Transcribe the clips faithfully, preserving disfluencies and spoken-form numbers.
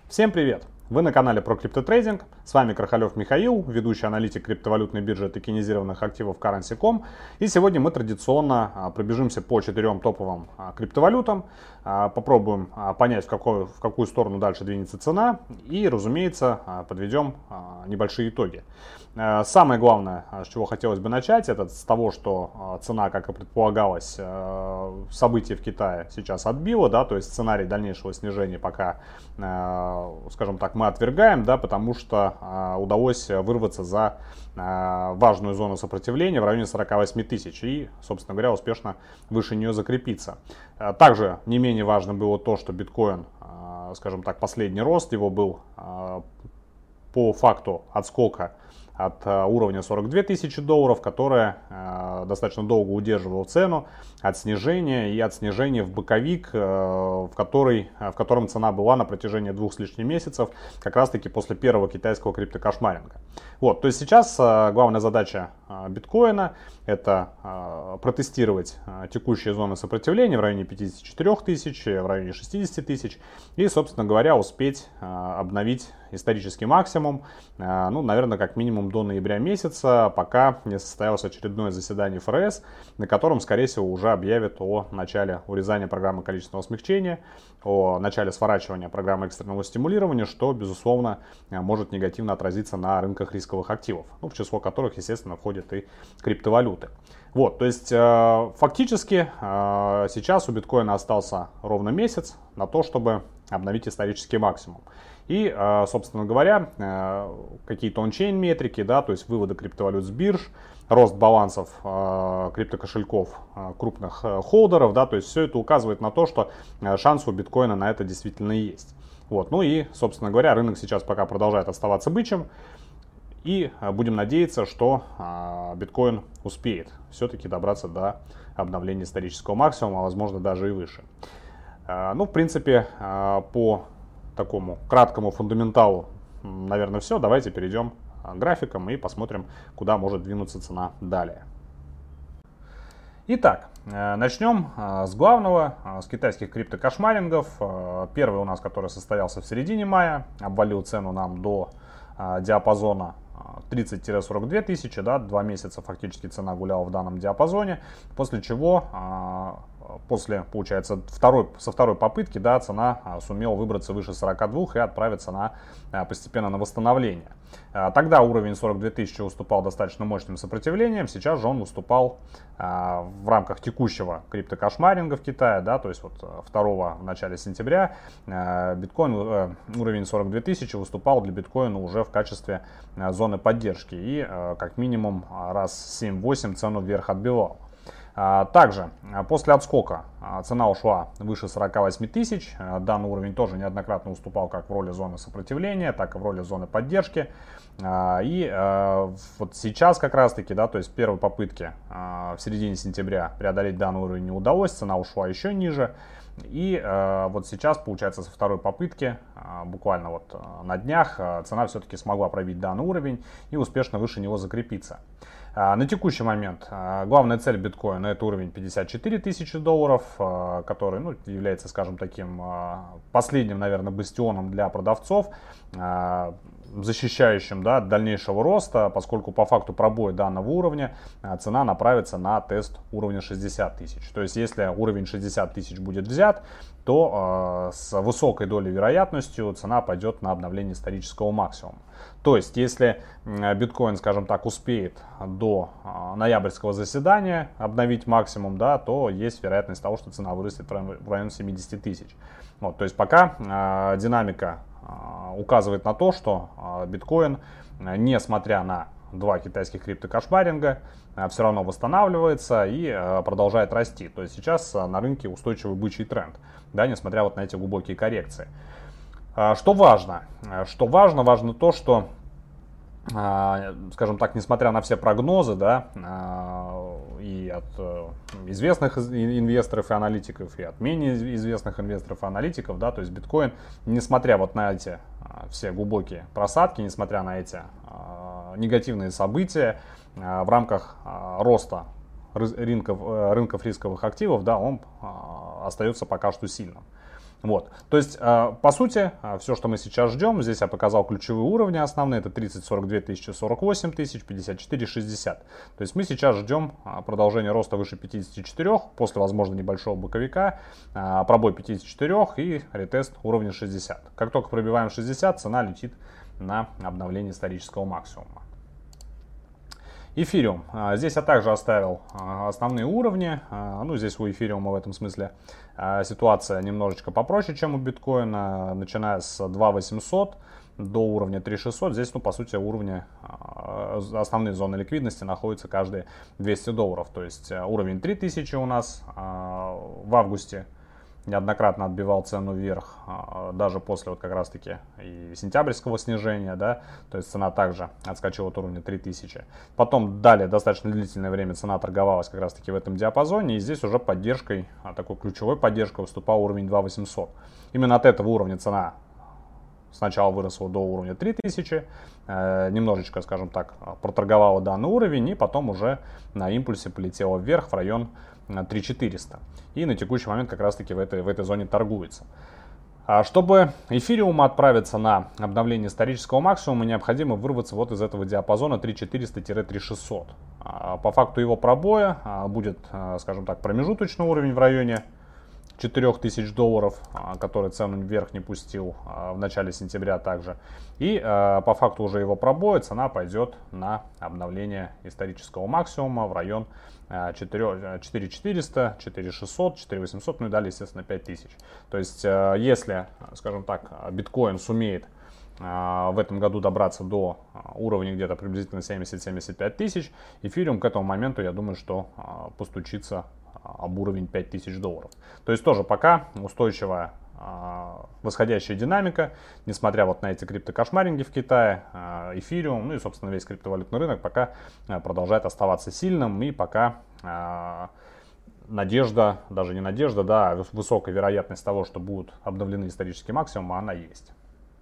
Всем привет! Вы на канале про криптотрейдинг. С вами Крахалев Михаил, ведущий аналитик криптовалютной биржи токенизированных активов Currency точка ком. И сегодня мы традиционно пробежимся по четырем топовым криптовалютам, попробуем понять, в какую, в какую сторону дальше двинется цена и, разумеется, подведем небольшие итоги. Самое главное, с чего хотелось бы начать, это с того, что цена, как и предполагалось, события в Китае сейчас отбила, да, то есть сценарий дальнейшего снижения пока, скажем так, мы отвергаем, да, потому что удалось вырваться за важную зону сопротивления в районе сорока восьми тысяч и, собственно говоря, успешно выше нее закрепиться. Также не менее важно было то, что биткоин, скажем так, последний рост его был по факту отскока от уровня сорок две тысячи долларов, которая э, достаточно долго удерживала цену от снижения и от снижения в боковик, э, в, который, в котором цена была на протяжении двух с лишним месяцев, как раз таки после первого китайского криптокошмаринга. Вот, то есть сейчас э, главная задача э, биткоина это э, протестировать э, текущие зоны сопротивления в районе пятидесяти четырёх тысяч, в районе шестидесяти тысяч и, собственно говоря, успеть э, обновить исторический максимум, э, ну, наверное, как минимум до ноября месяца, пока не состоялось очередное заседание эф эр эс, на котором, скорее всего, уже объявят о начале урезания программы количественного смягчения, о начале сворачивания программы экстренного стимулирования, что, безусловно, может негативно отразиться на рынках рисковых активов, ну, в число которых, естественно, входят и криптовалюты. Вот, то есть, э, фактически, э, сейчас у биткоина остался ровно месяц на то, чтобы обновить исторический максимум. И, собственно говоря, какие-то ончейн метрики, да, то есть выводы криптовалют с бирж, рост балансов криптокошельков крупных холдеров, да, то есть все это указывает на то, что шанс у биткоина на это действительно есть. Вот, ну и, собственно говоря, рынок сейчас пока продолжает оставаться бычьим. И будем надеяться, что биткоин успеет все-таки добраться до обновления исторического максимума, а возможно даже и выше. Ну, в принципе, по такому краткому фундаменталу, наверное, все. Давайте перейдем к графикам и посмотрим, куда может двинуться цена далее. Итак, начнем с главного, с китайских криптокошмарингов. Первый у нас, который состоялся в середине мая, обвалил цену нам до диапазона тридцать — сорок две тысячи, да, два месяца фактически цена гуляла в данном диапазоне, после чего, после, получается, второй, со второй попытки, да, цена сумела выбраться выше сорока двух и отправиться на, постепенно на восстановление. Тогда уровень сорок две тысячи уступал достаточно мощным сопротивлением, сейчас же он выступал в рамках текущего криптокошмаринга в Китае, да, то есть вот второго в начале сентября биткоин, уровень сорок две тысячи выступал для биткоина уже в качестве зоны поддержки и как минимум раз семь-восемь цену вверх отбивал. Также после отскока цена ушла выше сорока восьми тысяч. Данный уровень тоже неоднократно уступал как в роли зоны сопротивления, так и в роли зоны поддержки. И вот сейчас как раз таки, да, то есть первой попытки в середине сентября преодолеть данный уровень не удалось, цена ушла еще ниже. И э, вот сейчас, получается, со второй попытки, э, буквально вот э, на днях, э, цена все-таки смогла пробить данный уровень и успешно выше него закрепиться. Э, на текущий момент э, главная цель биткоина — это уровень пятьдесят четыре тысячи долларов, э, который, ну, является, скажем, таким э, последним, наверное, бастионом для продавцов, э, защищающим, да, от дальнейшего роста, поскольку по факту пробоя данного уровня цена направится на тест уровня шестьдесят тысяч. То есть если уровень шестьдесят тысяч будет взят, то э, с высокой долей вероятностью цена пойдет на обновление исторического максимума. То есть если биткоин, скажем так, успеет до э, ноябрьского заседания обновить максимум, да, то есть вероятность того, что цена вырастет в районе семидесяти тысяч. Вот, то есть пока э, динамика указывает на то, что биткоин, несмотря на два китайских криптокошмаринга, все равно восстанавливается и продолжает расти. То есть сейчас на рынке устойчивый бычий тренд, да, несмотря вот на эти глубокие коррекции. Что важно? Что важно? Важно то, что, скажем так, несмотря на все прогнозы, да, и от известных инвесторов и аналитиков, и от менее известных инвесторов и аналитиков, да, то есть биткоин, несмотря вот на эти все глубокие просадки, несмотря на эти негативные события, в рамках роста рынков, рынков рисковых активов, да, он остается пока что сильным. Вот. То есть, э, по сути, э, все, что мы сейчас ждем, здесь я показал ключевые уровни основные, это тридцать сорок две тысячи, сорок восемь тысяч, пятьдесят четыре шестьдесят. То есть мы сейчас ждем э, продолжения роста выше пятидесяти четырёх, после, возможно, небольшого боковика, э, пробой пятидесяти четырёх и ретест уровня шестьдесят. Как только пробиваем шестьдесят, цена летит на обновление исторического максимума. Эфириум. Здесь я также оставил основные уровни. Ну, здесь у эфириума в этом смысле ситуация немножечко попроще, чем у биткоина. Начиная с два восемьсот до уровня три шестьсот. Здесь, ну, по сути, уровни, основные зоны ликвидности находятся каждые двести долларов. То есть уровень три тысячи у нас в августе неоднократно отбивал цену вверх, даже после вот как раз таки и сентябрьского снижения, да, то есть цена также отскочила от уровня три тысячи. Потом далее достаточно длительное время цена торговалась как раз таки в этом диапазоне, и здесь уже поддержкой, такой ключевой поддержкой выступал уровень два восемьсот. Именно от этого уровня цена сначала выросла до уровня три тысячи, э, немножечко, скажем так, проторговала данный уровень, и потом уже на импульсе полетела вверх в район три четыреста. И на текущий момент как раз таки в этой, в этой зоне торгуется. А чтобы эфириум отправиться на обновление исторического максимума, необходимо вырваться вот из этого диапазона три четыреста — три шестьсот. По факту его пробоя будет, скажем так, промежуточный уровень в районе четырёх тысяч долларов, который цену вверх не пустил в начале сентября также. И по факту уже его пробоя цена пойдет на обновление исторического максимума в район четыре четыреста, четыре шестьсот, четыре восемьсот, ну и далее, естественно, пять тысяч. То есть, если, скажем так, биткоин сумеет в этом году добраться до уровня где-то приблизительно семьдесят — семьдесят пять тысяч, эфириум к этому моменту, я думаю, что постучится об уровень пять тысяч долларов. То есть тоже пока устойчивая восходящая динамика, несмотря вот на эти криптокошмаринги в Китае, эфириум, ну и, собственно, весь криптовалютный рынок пока продолжает оставаться сильным, и пока надежда, даже не надежда, да, высокая вероятность того, что будут обновлены исторические максимумы, она есть.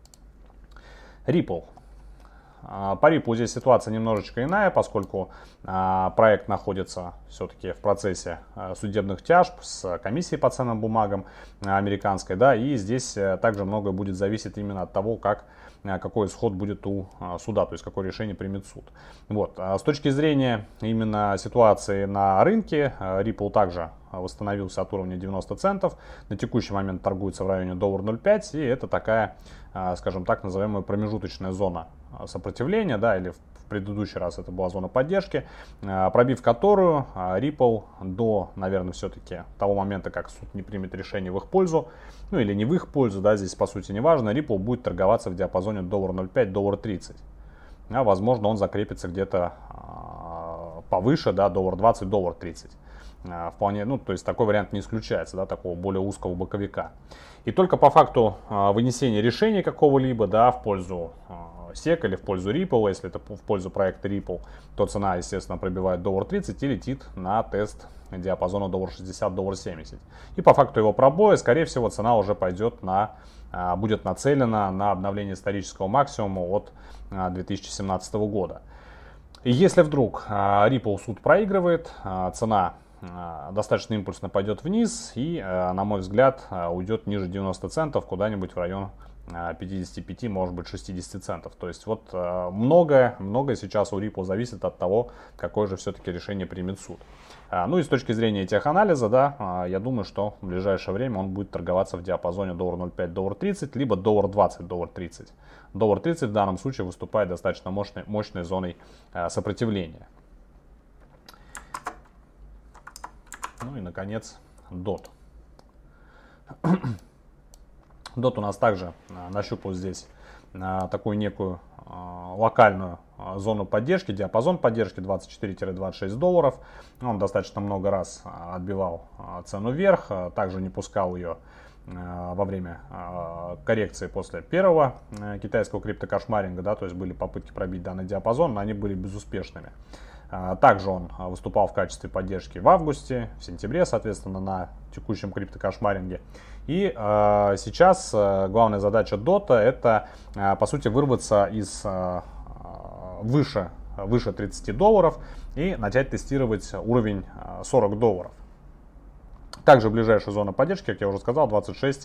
Ripple. По Ripple здесь ситуация немножечко иная, поскольку проект находится все-таки в процессе судебных тяжб с комиссией по ценным бумагам американской, да, и здесь также многое будет зависеть именно от того, как, какой исход будет у суда, то есть какое решение примет суд. Вот. С точки зрения именно ситуации на рынке, Ripple также восстановился от уровня девяноста центов, на текущий момент торгуется в районе один ноль пять, и это такая, скажем так, называемая промежуточная зона сопротивления, да, или в предыдущий раз это была зона поддержки, пробив которую Ripple до, наверное, все-таки того момента, как суд не примет решение в их пользу, ну или не в их пользу, да, здесь по сути не важно, Ripple будет торговаться в диапазоне один ноль пять — один тридцать. А возможно, он закрепится где-то повыше, да, один двадцать — один тридцать. Вполне, ну, то есть такой вариант не исключается, да, такого более узкого боковика. И только по факту вынесения решения какого-либо, да, в пользу сек или в пользу Ripple, если это в пользу проекта Ripple, то цена, естественно, пробивает один тридцать и летит на тест диапазона один шестьдесят — один семьдесят. И по факту его пробоя, скорее всего, цена уже пойдет на, будет нацелена на обновление исторического максимума от две тысячи семнадцатого года. И если вдруг Ripple суд проигрывает, цена достаточно импульсно пойдет вниз и, на мой взгляд, уйдет ниже девяноста центов, куда-нибудь в район пятидесяти пяти, может быть, шестидесяти центов. То есть вот многое, многое сейчас у Ripple зависит от того, какое же все-таки решение примет суд. Ну и с точки зрения теханализа, да, я думаю, что в ближайшее время он будет торговаться в диапазоне один ноль пять — один тридцать, либо один двадцать — один тридцать. один тридцать в данном случае выступает достаточно мощной, мощной зоной сопротивления. Ну и, наконец, дот. дот у нас также нащупал здесь такую некую локальную зону поддержки, диапазон поддержки двадцать четыре — двадцать шесть долларов. Он достаточно много раз отбивал цену вверх, также не пускал ее во время коррекции после первого китайского криптокошмаринга, да, то есть были попытки пробить данный диапазон, но они были безуспешными. Также он выступал в качестве поддержки в августе, в сентябре, соответственно, на текущем криптокошмаринге. И э, сейчас э, главная задача дота — это, э, по сути, вырваться из э, выше, выше тридцати долларов и начать тестировать уровень э, сорок долларов. Также ближайшая зона поддержки, как я уже сказал, двадцать шесть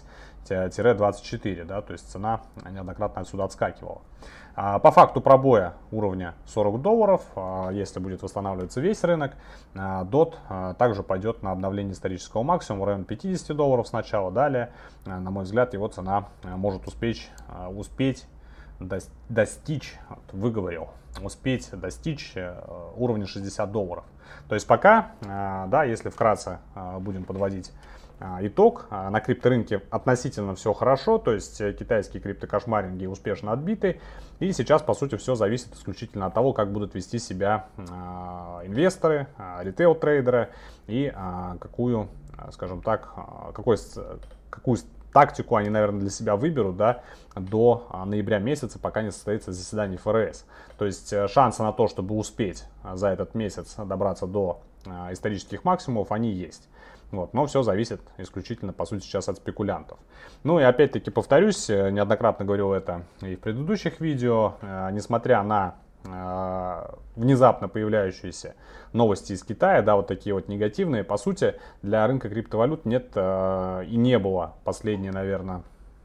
двадцать четыре, да, то есть цена неоднократно отсюда отскакивала. По факту пробоя уровня сорок долларов, если будет восстанавливаться весь рынок, дот также пойдет на обновление исторического максимума в районе пятидесяти долларов сначала. Далее, на мой взгляд, его цена может успеть, успеть достичь, выговорил, успеть достичь уровня шестидесяти долларов. То есть пока, да, если вкратце будем подводить итог, на крипторынке относительно все хорошо, то есть китайские криптокошмаринги успешно отбиты, и сейчас по сути все зависит исключительно от того, как будут вести себя инвесторы, ритейл-трейдеры и какую, скажем так, какой, какую тактику они, наверное, для себя выберут, да, до ноября месяца, пока не состоится заседание эф эр эс. То есть шансы на то, чтобы успеть за этот месяц добраться до исторических максимумов, они есть. Вот, но все зависит исключительно, по сути, сейчас от спекулянтов. Ну и опять-таки повторюсь, неоднократно говорил это и в предыдущих видео, э, несмотря на э, внезапно появляющиеся новости из Китая, да, вот такие вот негативные, по сути, для рынка криптовалют нет э, и не было последние, наверное,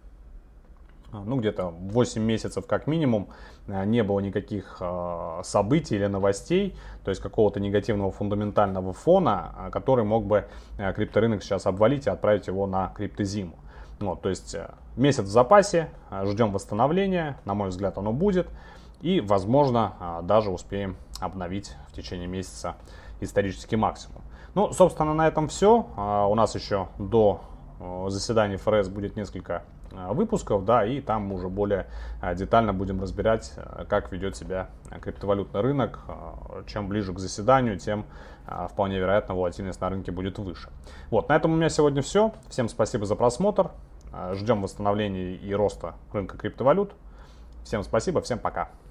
ну где-то восемь месяцев как минимум не было никаких э, событий или новостей, то есть какого-то негативного фундаментального фона, который мог бы э, крипторынок сейчас обвалить и отправить его на криптозиму. Вот, то есть э, месяц в запасе, э, ждем восстановления, на мой взгляд оно будет, и возможно э, даже успеем обновить в течение месяца исторический максимум. Ну, собственно, на этом все. Э, у нас еще до э, заседания эф эр эс будет несколько выпусков, да, и там мы уже более детально будем разбирать, как ведет себя криптовалютный рынок. Чем ближе к заседанию, тем вполне вероятно волатильность на рынке будет выше. Вот, на этом у меня сегодня все. Всем спасибо за просмотр. Ждем восстановления и роста рынка криптовалют. Всем спасибо, всем пока.